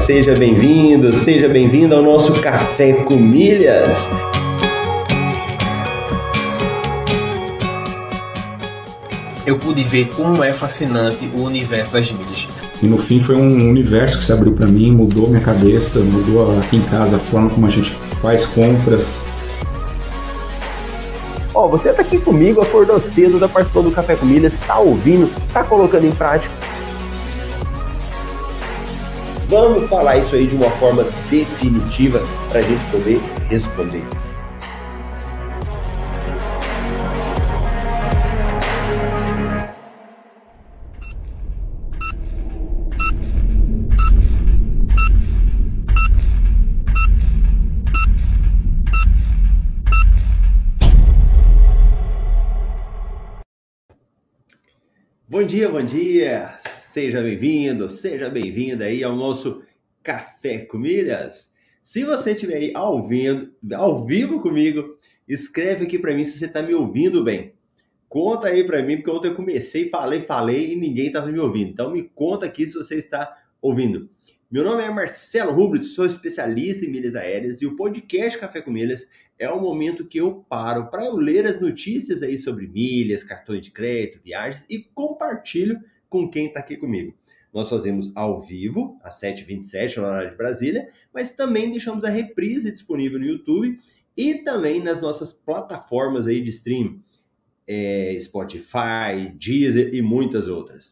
seja bem-vindo, seja bem-vindo ao nosso Café com Milhas. Eu pude ver como é fascinante o universo das milhas. E no fim foi um universo que se abriu para mim, mudou minha cabeça, mudou aqui em casa a forma como a gente faz compras. Você tá aqui comigo, acordou cedo, tá participando do Café com Milhas, tá ouvindo, tá colocando em prática. Vamos falar isso aí de uma forma definitiva para a gente poder responder. Bom dia, seja bem-vindo, seja bem-vinda aí ao nosso Café com Milhas. Se você estiver aí ao vivo comigo, escreve aqui para mim se você está me ouvindo bem. Conta aí para mim, porque ontem eu comecei, falei e ninguém estava me ouvindo. Então me conta aqui se você está ouvindo. Meu nome é Marcelo Rubens, sou especialista em milhas aéreas e o podcast Café com Milhas é o momento que eu paro para eu ler as notícias aí sobre milhas, cartões de crédito, viagens e compartilho com quem está aqui comigo. Nós fazemos ao vivo, às 7h27, no horário de Brasília, mas também deixamos a reprise disponível no YouTube e também nas nossas plataformas aí de stream, Spotify, Deezer e muitas outras.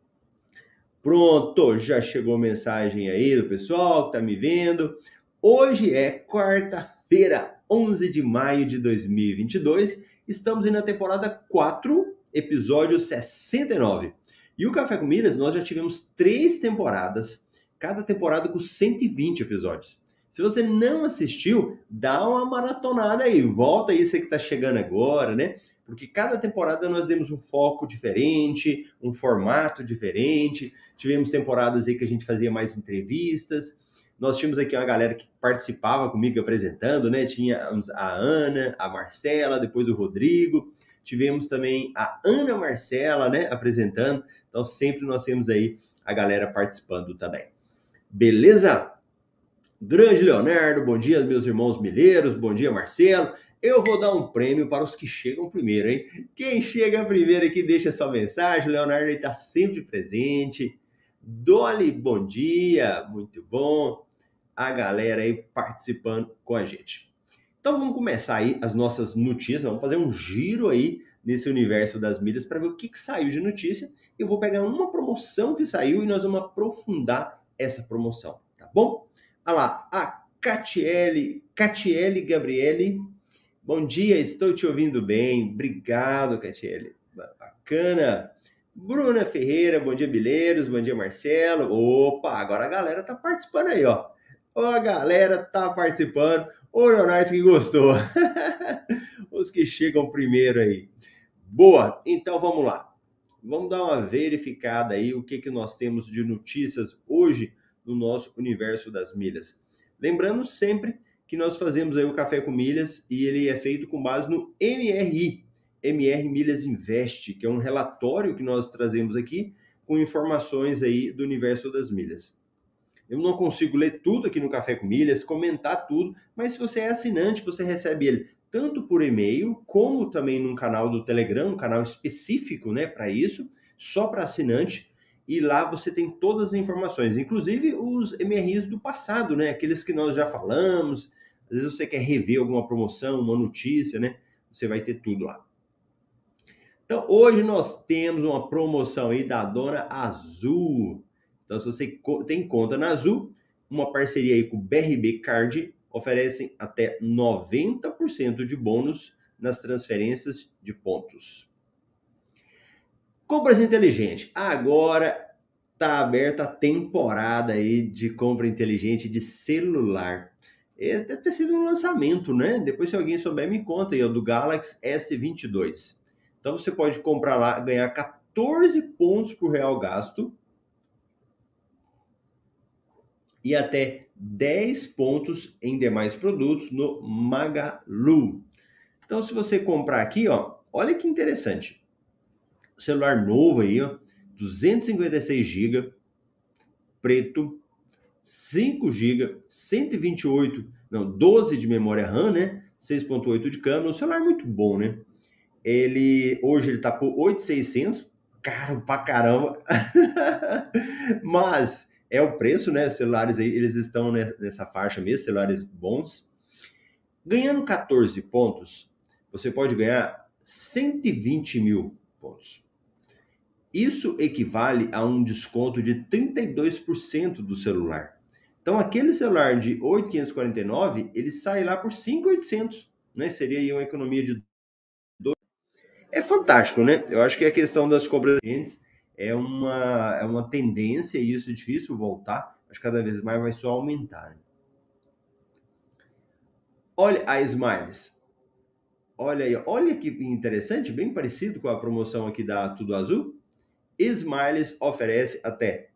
Pronto, já chegou mensagem aí do pessoal que tá me vendo. Hoje é quarta-feira, 11 de maio de 2022. Estamos aí na temporada 4, episódio 69. E o Café com Milhas, nós já tivemos 3 temporadas, cada temporada com 120 episódios. Se você não assistiu, dá uma maratonada aí. Volta aí, você que tá chegando agora, né? Porque cada temporada nós demos um foco diferente, um formato diferente. Tivemos temporadas aí que a gente fazia mais entrevistas. Nós tínhamos aqui uma galera que participava comigo apresentando, né? Tínhamos a Ana, a Marcela, depois o Rodrigo. Tivemos também a Ana Marcela, né? Apresentando. Então sempre nós temos aí a galera participando também. Beleza? Grande Leonardo, bom dia meus irmãos milheiros, bom dia Marcelo. Eu vou dar um prêmio para os que chegam primeiro, hein? Quem chega primeiro aqui deixa sua mensagem. O Leonardo está sempre presente. Dolly, bom dia, muito bom. A galera aí participando com a gente. Então vamos começar aí as nossas notícias. Vamos fazer um giro aí nesse universo das milhas para ver o que saiu de notícia. Eu vou pegar uma promoção que saiu e nós vamos aprofundar essa promoção, tá bom? Olha lá, a Catiele Gabriele. Bom dia, estou te ouvindo bem. Obrigado, Catiele. Bacana. Bruna Ferreira, bom dia, Bileiros. Bom dia, Marcelo. Opa, agora a galera tá participando aí, ó. A galera tá participando. O Leonardo que gostou. Os que chegam primeiro aí. Boa, então vamos lá. Vamos dar uma verificada aí o que nós temos de notícias hoje no nosso universo das milhas. Lembrando sempre que nós fazemos aí o Café com Milhas e ele é feito com base no MRI, MR Milhas Invest, que é um relatório que nós trazemos aqui com informações aí do universo das milhas. Eu não consigo ler tudo aqui no Café com Milhas, comentar tudo, mas se você é assinante, você recebe ele tanto por e-mail, como também num canal do Telegram, um canal específico, né, para isso, só para assinante. E lá você tem todas as informações, inclusive os MRIs do passado, né? Aqueles que nós já falamos. Às vezes você quer rever alguma promoção, uma notícia, né? Você vai ter tudo lá. Então, hoje nós temos uma promoção aí da Dona Azul. Então, se você tem conta na Azul, uma parceria aí com o BRB Card, oferecem até 90% de bônus nas transferências de pontos. Compras inteligentes. Agora está aberta a temporada aí de compra inteligente de celular. Esse deve ter sido um lançamento, né? Depois, se alguém souber, me conta aí, ó, do Galaxy S22. Então, você pode comprar lá, ganhar 14 pontos por real gasto e até 10 pontos em demais produtos no Magalu. Então, se você comprar aqui, ó, olha que interessante. Celular novo aí, ó, 256 GB, preto, 5 GB, 12 de memória RAM, né? 6.8 de câmera, um celular muito bom, né? Hoje ele tá por 8.600, caro pra caramba. Mas é o preço, né? Celulares aí, eles estão nessa faixa mesmo, celulares bons. Ganhando 14 pontos, você pode ganhar 120 mil pontos. Isso equivale a um desconto de 32% do celular. Então, aquele celular de 8.549, ele sai lá por 5.800, né? Seria aí uma economia de 2. É fantástico, né? Eu acho que a questão das cobranças é uma tendência e isso é difícil voltar. Acho que cada vez mais vai só aumentar, né? Olha a Smiles. Olha aí, olha que interessante, bem parecido com a promoção aqui da Tudo Azul. Smiles oferece até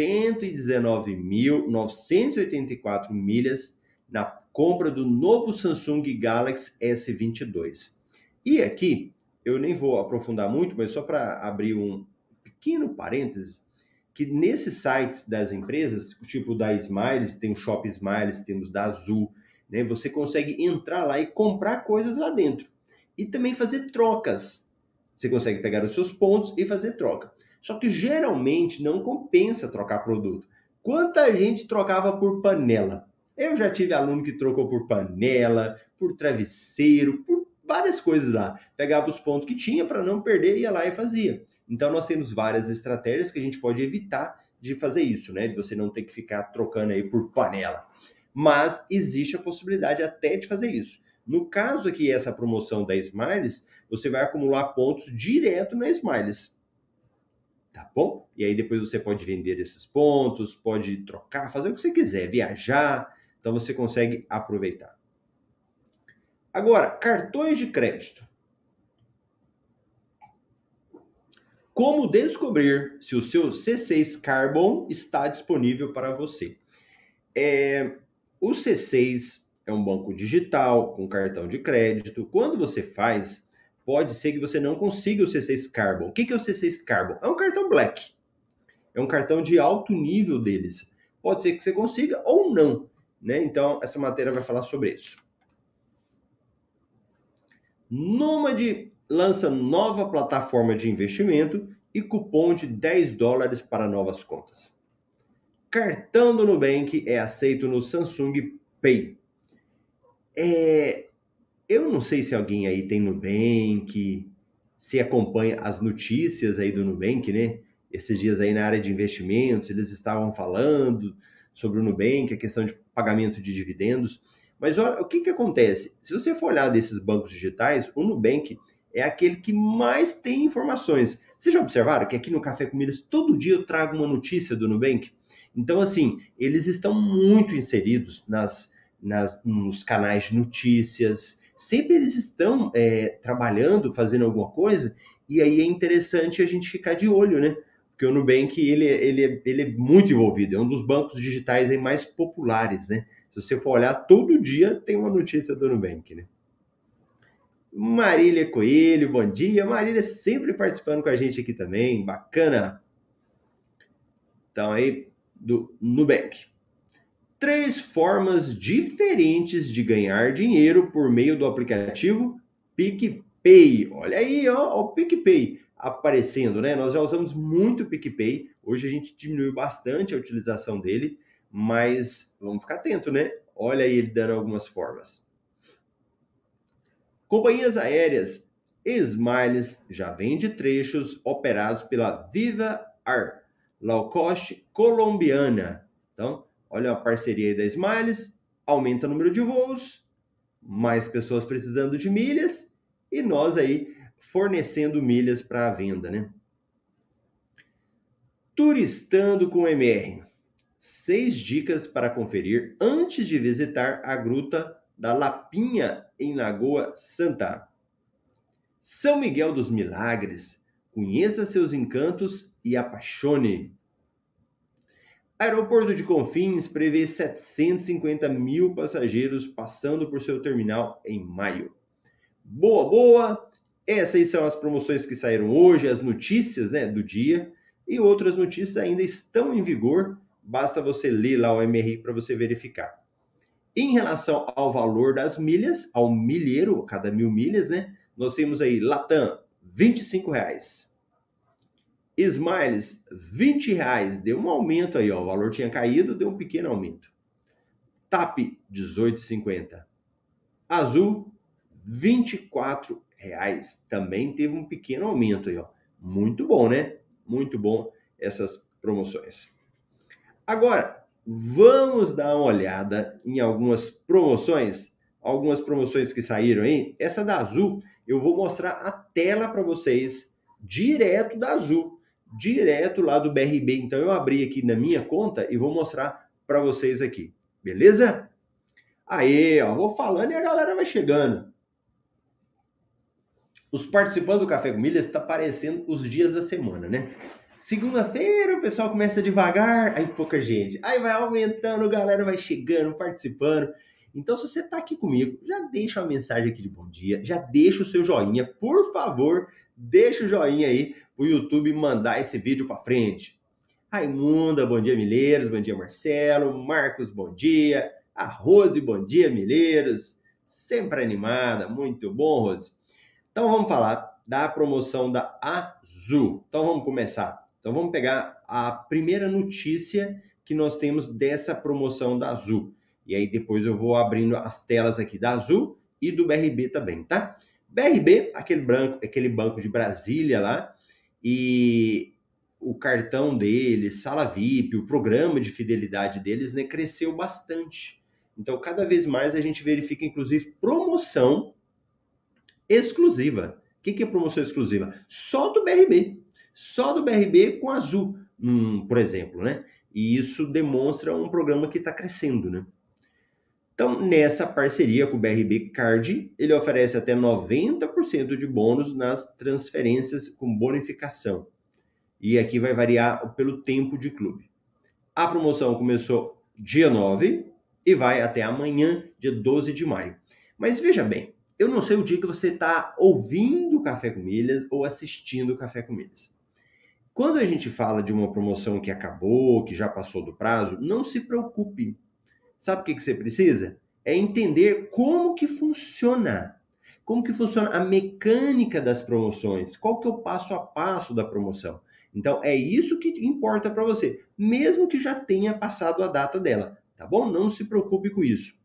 119.984 milhas na compra do novo Samsung Galaxy S22. E aqui, eu nem vou aprofundar muito, mas só para abrir um pequeno parêntese, que nesses sites das empresas, tipo da Smiles, tem o Shop Smiles, temos da Azul, né? Você consegue entrar lá e comprar coisas lá dentro. E também fazer trocas. Você consegue pegar os seus pontos e fazer troca. Só que geralmente não compensa trocar produto. Quanta gente trocava por panela? Eu já tive aluno que trocou por panela, por travesseiro, por várias coisas lá. Pegava os pontos que tinha para não perder, ia lá e fazia. Então nós temos várias estratégias que a gente pode evitar de fazer isso, né? De você não ter que ficar trocando aí por panela. Mas existe a possibilidade até de fazer isso. No caso aqui, essa promoção da Smiles, você vai acumular pontos direto na Smiles. Tá bom? E aí depois você pode vender esses pontos, pode trocar, fazer o que você quiser, viajar, então você consegue aproveitar. Agora, cartões de crédito. Como descobrir se o seu C6 Carbon está disponível para você? O C6 é um banco digital com cartão de crédito. Quando você faz, pode ser que você não consiga o C6 Carbon. O que é o C6 Carbon? É um cartão Black. É um cartão de alto nível deles. Pode ser que você consiga ou não, né? Então, essa matéria vai falar sobre isso. Nômade lança nova plataforma de investimento e cupom de $10 para novas contas. Cartão do Nubank é aceito no Samsung Pay. Eu não sei se alguém aí tem Nubank, se acompanha as notícias aí do Nubank, né? Esses dias aí na área de investimentos, eles estavam falando sobre o Nubank, a questão de pagamento de dividendos. Mas olha, o que acontece? Se você for olhar desses bancos digitais, o Nubank é aquele que mais tem informações. Vocês já observaram que aqui no Café com Milhas, todo dia eu trago uma notícia do Nubank? Então, assim, eles estão muito inseridos nos canais de notícias. Sempre eles estão trabalhando, fazendo alguma coisa, e aí é interessante a gente ficar de olho, né? Porque o Nubank, ele é muito envolvido, é um dos bancos digitais aí mais populares, né? Se você for olhar, todo dia tem uma notícia do Nubank, né? Marília Coelho, bom dia. Marília sempre participando com a gente aqui também, bacana. Então aí, do Nubank. 3 formas diferentes de ganhar dinheiro por meio do aplicativo PicPay. Olha aí, ó, o PicPay aparecendo, né? Nós já usamos muito o PicPay. Hoje a gente diminuiu bastante a utilização dele, mas vamos ficar atento, né? Olha aí ele dando algumas formas. Companhias aéreas, Smiles já vende trechos operados pela Viva Air, low cost colombiana. Então, olha a parceria aí da Smiles, aumenta o número de voos, mais pessoas precisando de milhas e nós aí fornecendo milhas para a venda, né? Turistando com MR. 6 dicas para conferir antes de visitar a Gruta da Lapinha, em Lagoa Santa. São Miguel dos Milagres. Conheça seus encantos e apaixone. Aeroporto de Confins prevê 750 mil passageiros passando por seu terminal em maio. Boa, boa! Essas são as promoções que saíram hoje, as notícias, né, do dia. E outras notícias ainda estão em vigor basta você ler lá o MRI para você verificar. Em relação ao valor das milhas, ao milheiro, cada 1.000 milhas, né? Nós temos aí Latam, R$25. Smiles, R$20. Deu um aumento aí, ó. O valor tinha caído, deu um pequeno aumento. TAP, R$18,50. Azul, R$24. Também teve um pequeno aumento aí, ó. Muito bom, né? Muito bom essas promoções. Agora, vamos dar uma olhada em algumas promoções que saíram aí. Essa da Azul, eu vou mostrar a tela para vocês, direto da Azul, direto lá do BRB. Então, eu abri aqui na minha conta e vou mostrar para vocês aqui, beleza? Aí, ó, vou falando e a galera vai chegando. Os participantes do Café com Milhas tá parecendo os dias da semana, né? Segunda-feira o pessoal começa devagar, aí pouca gente. Aí vai aumentando, a galera vai chegando, participando. Então, se você tá aqui comigo, já deixa uma mensagem aqui de bom dia, já deixa o seu joinha, por favor, deixa o joinha aí pro YouTube mandar esse vídeo para frente. Raimunda, bom dia, Milheiros, bom dia, Marcelo, Marcos, bom dia, a Rose, bom dia, Milheiros, sempre animada, muito bom, Rose. Então, vamos falar da promoção da Azul. Então, vamos começar. Então, vamos pegar a primeira notícia que nós temos dessa promoção da Azul. E aí, depois eu vou abrindo as telas aqui da Azul e do BRB também, tá? BRB, aquele banco de Brasília lá, e o cartão deles, sala VIP, o programa de fidelidade deles, né, cresceu bastante. Então, cada vez mais a gente verifica, inclusive, promoção exclusiva. O que é promoção exclusiva? Só do BRB com Azul, por exemplo, né? E isso demonstra um programa que está crescendo, né? Então, nessa parceria com o BRB Card, ele oferece até 90% de bônus nas transferências com bonificação. E aqui vai variar pelo tempo de clube. A promoção começou dia 9 e vai até amanhã, dia 12 de maio. Mas veja bem, eu não sei o dia que você está ouvindo o Café com Milhas ou assistindo o Café com Milhas. Quando a gente fala de uma promoção que acabou, que já passou do prazo, não se preocupe. Sabe o que você precisa? É entender como que funciona. Como que funciona a mecânica das promoções. Qual que é o passo a passo da promoção. Então, é isso que importa para você. Mesmo que já tenha passado a data dela. Tá bom? Não se preocupe com isso.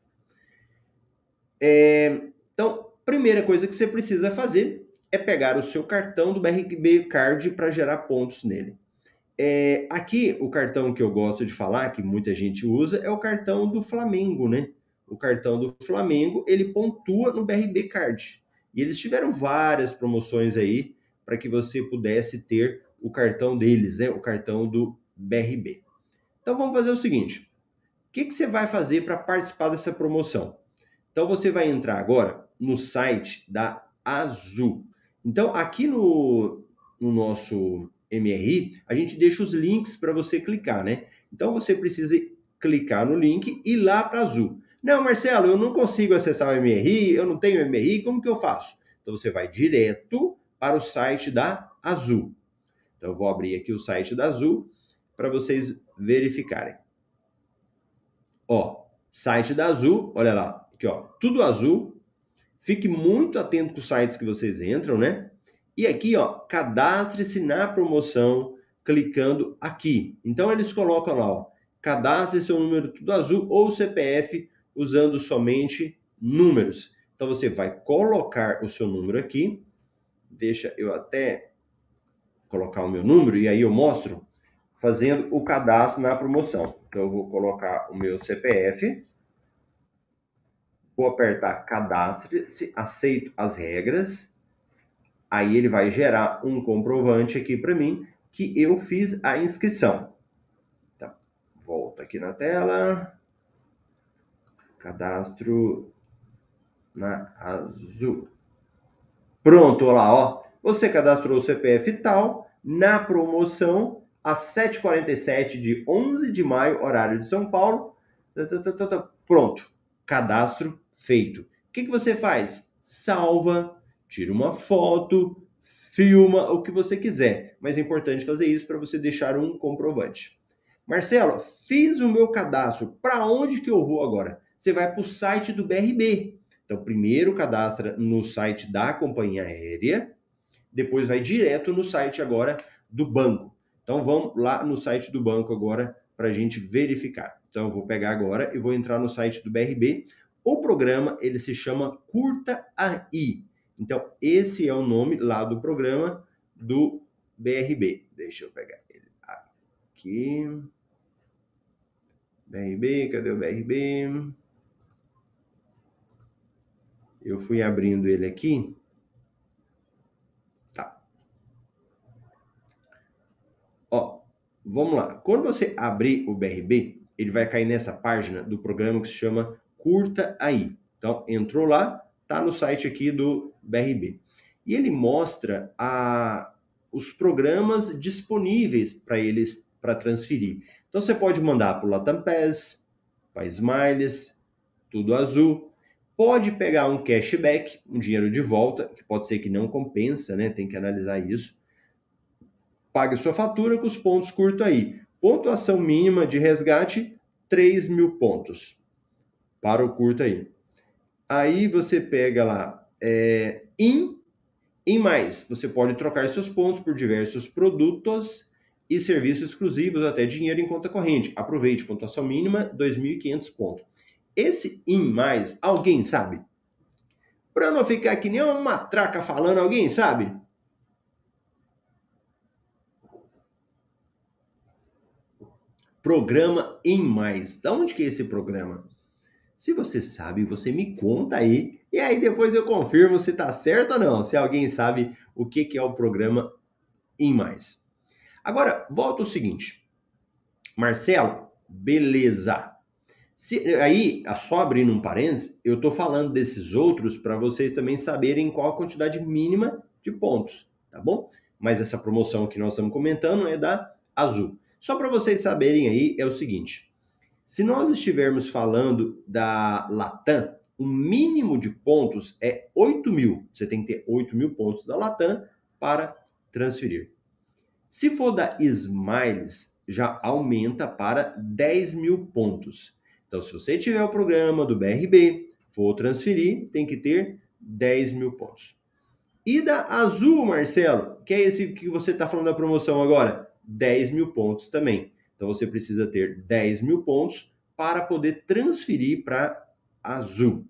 Então, primeira coisa que você precisa fazer é pegar o seu cartão do BRB Card para gerar pontos nele. Aqui, o cartão que eu gosto de falar, que muita gente usa, é o cartão do Flamengo, né? O cartão do Flamengo, ele pontua no BRB Card. E eles tiveram várias promoções aí para que você pudesse ter o cartão deles, né? O cartão do BRB. Então, vamos fazer o seguinte. O que você vai fazer para participar dessa promoção? Então, você vai entrar agora no site da Azul. Então, aqui no nosso MRI, a gente deixa os links para você clicar, né? Então, você precisa clicar no link e ir lá para Azul. Não, Marcelo, eu não consigo acessar o MRI, eu não tenho MRI, como que eu faço? Então, você vai direto para o site da Azul. Então, eu vou abrir aqui o site da Azul para vocês verificarem. Ó, site da Azul, olha lá, aqui ó, tudo azul. Fique muito atento com os sites que vocês entram, né? E aqui, ó, cadastre-se na promoção clicando aqui. Então, eles colocam lá, ó, cadastre seu número tudo azul ou CPF usando somente números. Então, você vai colocar o seu número aqui. Deixa eu até colocar o meu número e aí eu mostro fazendo o cadastro na promoção. Então, eu vou colocar o meu CPF. Vou apertar cadastre-se, aceito as regras. Aí ele vai gerar um comprovante aqui para mim que eu fiz a inscrição. Tá. Volta aqui na tela. Cadastro na Azul. Pronto, olha lá, ó. Você cadastrou o CPF tal na promoção às 7h47 de 11 de maio, horário de São Paulo. Pronto. Cadastro feito. O que você faz? Salva, tira uma foto, filma o que você quiser. Mas é importante fazer isso para você deixar um comprovante. Marcelo, fiz o meu cadastro. Para onde que eu vou agora? Você vai para o site do BRB. Então, primeiro cadastra no site da companhia aérea, depois vai direto no site agora do banco. Então, vamos lá no site do banco agora para a gente verificar. Então, eu vou pegar agora e vou entrar no site do BRB. O programa, ele se chama Curta AI. Então, esse é o nome lá do programa do BRB. Deixa eu pegar ele aqui. BRB, cadê o BRB? Eu fui abrindo ele aqui. Tá. Ó, vamos lá. Quando você abrir o BRB, ele vai cair nessa página do programa que se chama Curta AI. Então, entrou lá, tá no site aqui do BRB. E ele mostra os programas disponíveis para eles para transferir. Então, você pode mandar para o Latam Pass, para Smiles, Tudo Azul. Pode pegar um cashback, um dinheiro de volta, que pode ser que não compensa, né? Tem que analisar isso. Pague sua fatura com os pontos Curta AI. Pontuação mínima de resgate, 3.000 pontos para o Curta AI. Aí você pega lá, em mais, você pode trocar seus pontos por diversos produtos e serviços exclusivos, até dinheiro em conta corrente. Aproveite, pontuação mínima, 2.500 pontos. Esse em mais, alguém sabe? Para não ficar que nem uma matraca falando, alguém sabe? Programa em mais. Da onde que é esse programa? Se você sabe, você me conta aí. E aí depois eu confirmo se tá certo ou não. Se alguém sabe o que é o programa em mais. Agora, volta o seguinte. Marcelo, beleza. Aí, só abrindo um parênteses, eu tô falando desses outros para vocês também saberem qual a quantidade mínima de pontos, tá bom? Mas essa promoção que nós estamos comentando é da Azul. Só para vocês saberem aí, é o seguinte. Se nós estivermos falando da Latam, o mínimo de pontos é 8.000. Você tem que ter 8.000 pontos da Latam para transferir. Se for da Smiles, já aumenta para 10.000 pontos. Então, se você tiver o programa do BRB, for transferir, tem que ter 10.000 pontos. E da Azul, Marcelo, que é esse que você está falando da promoção agora? 10.000 pontos também. Então, você precisa ter 10.000 pontos para poder transferir para Azul.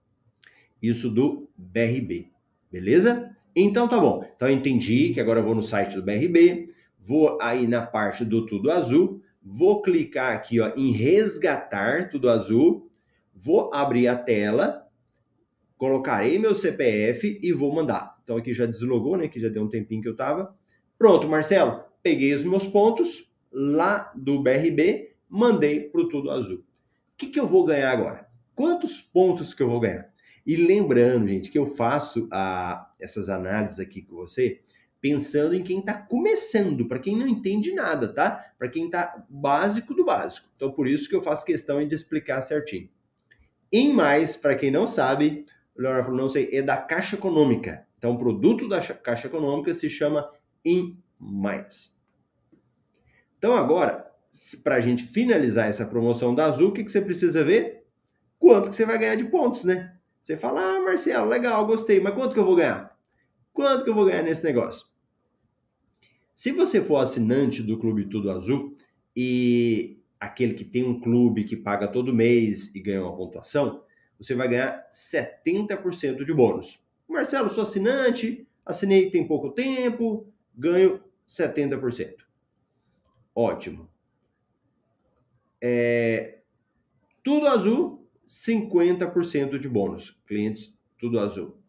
Isso do BRB, beleza? Então, tá bom. Então, eu entendi que agora eu vou no site do BRB, vou aí na parte do Tudo Azul, vou clicar aqui ó, em resgatar Tudo Azul, vou abrir a tela, colocarei meu CPF e vou mandar. Então, aqui já deslogou, né? Que já deu um tempinho que eu tava. Pronto, Marcelo, peguei os meus pontos lá do BRB, mandei para o Tudo Azul. O que eu vou ganhar agora? Quantos pontos que eu vou ganhar? E lembrando, gente, que eu faço essas análises aqui com você pensando em quem está começando, para quem não entende nada, tá? Para quem está básico do básico. Então, por isso que eu faço questão de explicar certinho. Em mais, para quem não sabe, o Leonardo falou, não sei, é da Caixa Econômica. Então, o produto da Caixa Econômica se chama Em Mais. Então, agora, para a gente finalizar essa promoção da Azul, o que você precisa ver? Quanto que você vai ganhar de pontos, né? Você fala, Marcelo, legal, gostei, mas quanto que eu vou ganhar? Quanto que eu vou ganhar nesse negócio? Se você for assinante do Clube Tudo Azul e aquele que tem um clube que paga todo mês e ganha uma pontuação, você vai ganhar 70% de bônus. Marcelo, sou assinante, assinei tem pouco tempo, ganho 70%. Ótimo. Tudo Azul, 50% de bônus. Clientes Tudo Azul.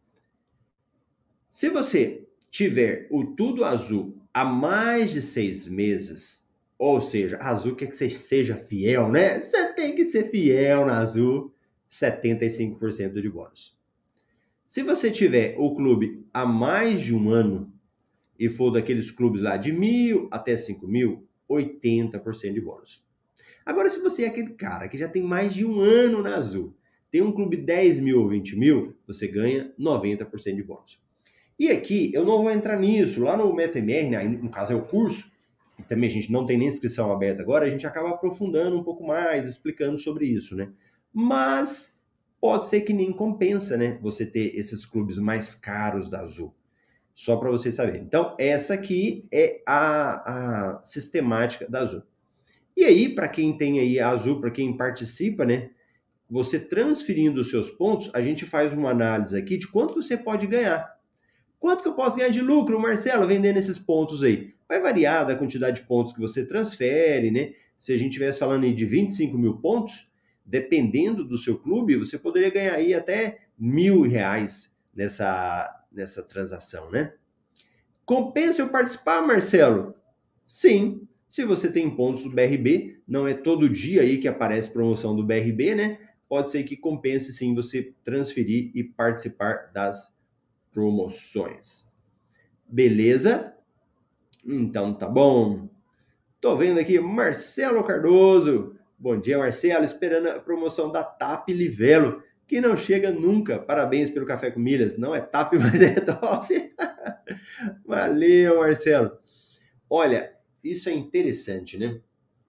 Se você tiver o Tudo Azul há mais de 6 meses, ou seja, a Azul quer que você seja fiel, né? Você tem que ser fiel na Azul, 75% de bônus. Se você tiver o clube há mais de um ano e for daqueles clubes lá de 1.000 até 5.000, 80% de bônus. Agora, se você é aquele cara que já tem mais de um ano na Azul, tem um clube 10.000 ou 20.000, você ganha 90% de bônus. E aqui, eu não vou entrar nisso, lá no MetaMR, né, no caso é o curso, também a gente não tem nem inscrição aberta agora, a gente acaba aprofundando um pouco mais, explicando sobre isso, né? Mas pode ser que nem compensa, né? Você ter esses clubes mais caros da Azul. Só para vocês saberem. Então, essa aqui é a sistemática da Azul. E aí, para quem tem aí a Azul, para quem participa, né? Você transferindo os seus pontos, a gente faz uma análise aqui de quanto você pode ganhar. Quanto que eu posso ganhar de lucro, Marcelo, vendendo esses pontos aí? Vai variar da quantidade de pontos que você transfere, né? Se a gente estivesse falando aí de 25 mil pontos, dependendo do seu clube, você poderia ganhar aí até R$1.000 nessa transação, né? Compensa eu participar, Marcelo? Sim. Se você tem pontos do BRB, não é todo dia aí que aparece promoção do BRB, né? Pode ser que compense sim você transferir e participar das promoções. Beleza? Então tá bom. Tô vendo aqui Marcelo Cardoso. Bom dia, Marcelo. Esperando a promoção da TAP Livelo, que não chega nunca. Parabéns pelo Café com Milhas. Não é TAP, mas é top. Valeu, Marcelo. Olha, isso é interessante, né?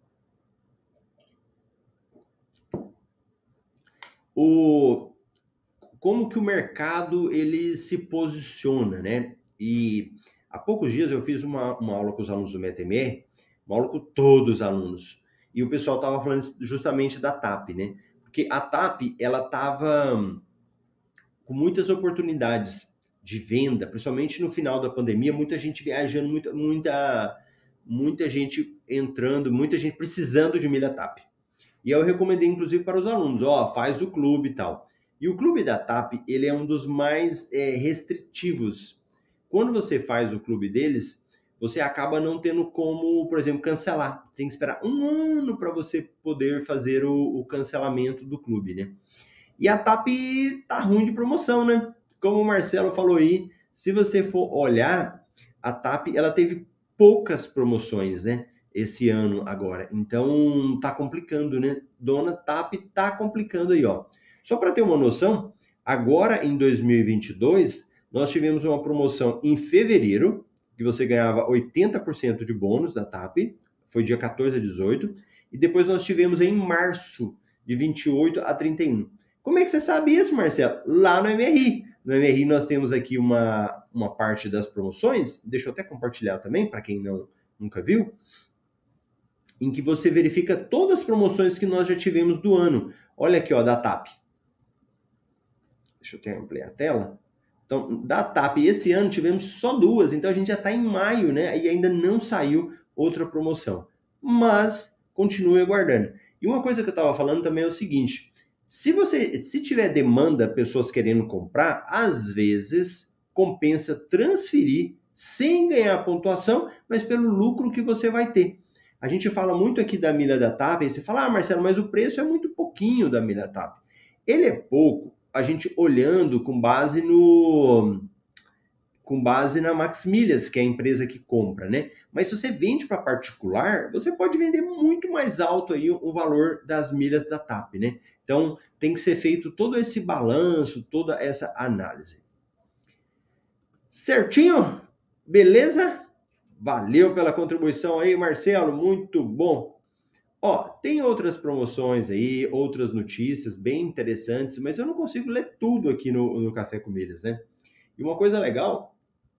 Como que o mercado ele se posiciona, né? E há poucos dias eu fiz uma aula com os alunos do MetaMR, uma aula com todos os alunos, e o pessoal estava falando justamente da TAP, né? Porque a TAP, ela estava com muitas oportunidades de venda, principalmente no final da pandemia, muita gente viajando, muita gente entrando, muita gente precisando de milha TAP. E eu recomendei, inclusive, para os alunos, faz o clube e tal. E o clube da TAP, ele é um dos mais restritivos. Quando você faz o clube deles, você acaba não tendo como, por exemplo, cancelar. Tem que esperar 1 ano para você poder fazer o cancelamento do clube, né? E a TAP tá ruim de promoção, né? Como o Marcelo falou aí, se você for olhar, a TAP, ela teve poucas promoções, né? Esse ano agora. Então, tá complicando, né? Dona TAP tá complicando aí, ó. Só para ter uma noção, agora em 2022, nós tivemos uma promoção em fevereiro, que você ganhava 80% de bônus da TAP, foi dia 14 a 18, e depois nós tivemos em março, de 28 a 31. Como é que você sabe isso, Marcelo? Lá no MRI. No MRI nós temos aqui uma parte das promoções, deixa eu até compartilhar também, para quem nunca viu, em que você verifica todas as promoções que nós já tivemos do ano. Olha aqui, ó, da TAP. Deixa eu até ampliar a tela. Então, da TAP, esse ano tivemos só 2, então a gente já está em maio, né? E ainda não saiu outra promoção. Mas, continue aguardando. E uma coisa que eu estava falando também é o seguinte, se tiver demanda, pessoas querendo comprar, às vezes compensa transferir sem ganhar pontuação, mas pelo lucro que você vai ter. A gente fala muito aqui da milha da TAP, e você fala, Marcelo, mas o preço é muito pouquinho da milha TAP. Ele é pouco, a gente olhando com base na Max Milhas, que é a empresa que compra, né? Mas se você vende para particular, você pode vender muito mais alto aí o valor das milhas da TAP, né? Então, tem que ser feito todo esse balanço, toda essa análise. Certinho? Beleza? Valeu pela contribuição aí, Marcelo, muito bom. Ó, tem outras promoções aí, outras notícias bem interessantes, mas eu não consigo ler tudo aqui no Café com Milhas, né? E uma coisa legal,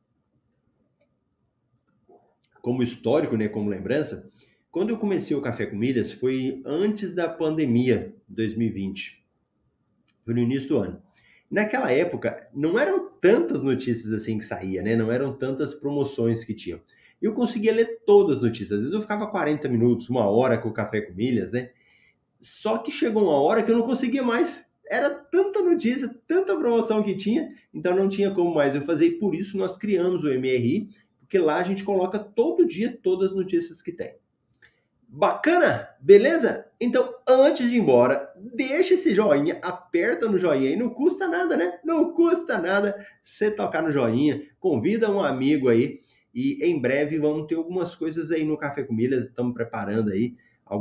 como histórico, né, como lembrança, quando eu comecei o Café com Milhas foi antes da pandemia, 2020. Foi no início do ano. Naquela época, não eram tantas notícias assim que saía, né? Não eram tantas promoções que tinham. Eu conseguia ler todas as notícias. Às vezes eu ficava 40 minutos, 1 hora com o Café com Milhas, né? Só que chegou uma hora que eu não conseguia mais. Era tanta notícia, tanta promoção que tinha, então não tinha como mais eu fazer. E por isso nós criamos o MRI, porque lá a gente coloca todo dia todas as notícias que tem. Bacana? Beleza? Então, antes de ir embora, deixa esse joinha, aperta no joinha aí, não custa nada, né? Não custa nada você tocar no joinha, convida um amigo aí e em breve vamos ter algumas coisas aí no Café com Milhas, estamos preparando aí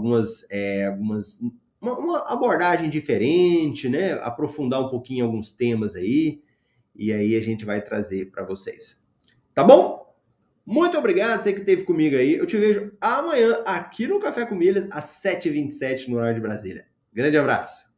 uma abordagem diferente, né? Aprofundar um pouquinho alguns temas aí e aí a gente vai trazer para vocês. Tá bom? Muito obrigado, você que esteve comigo aí. Eu te vejo amanhã aqui no Café com Milhas, às 7h27 no horário de Brasília. Grande abraço.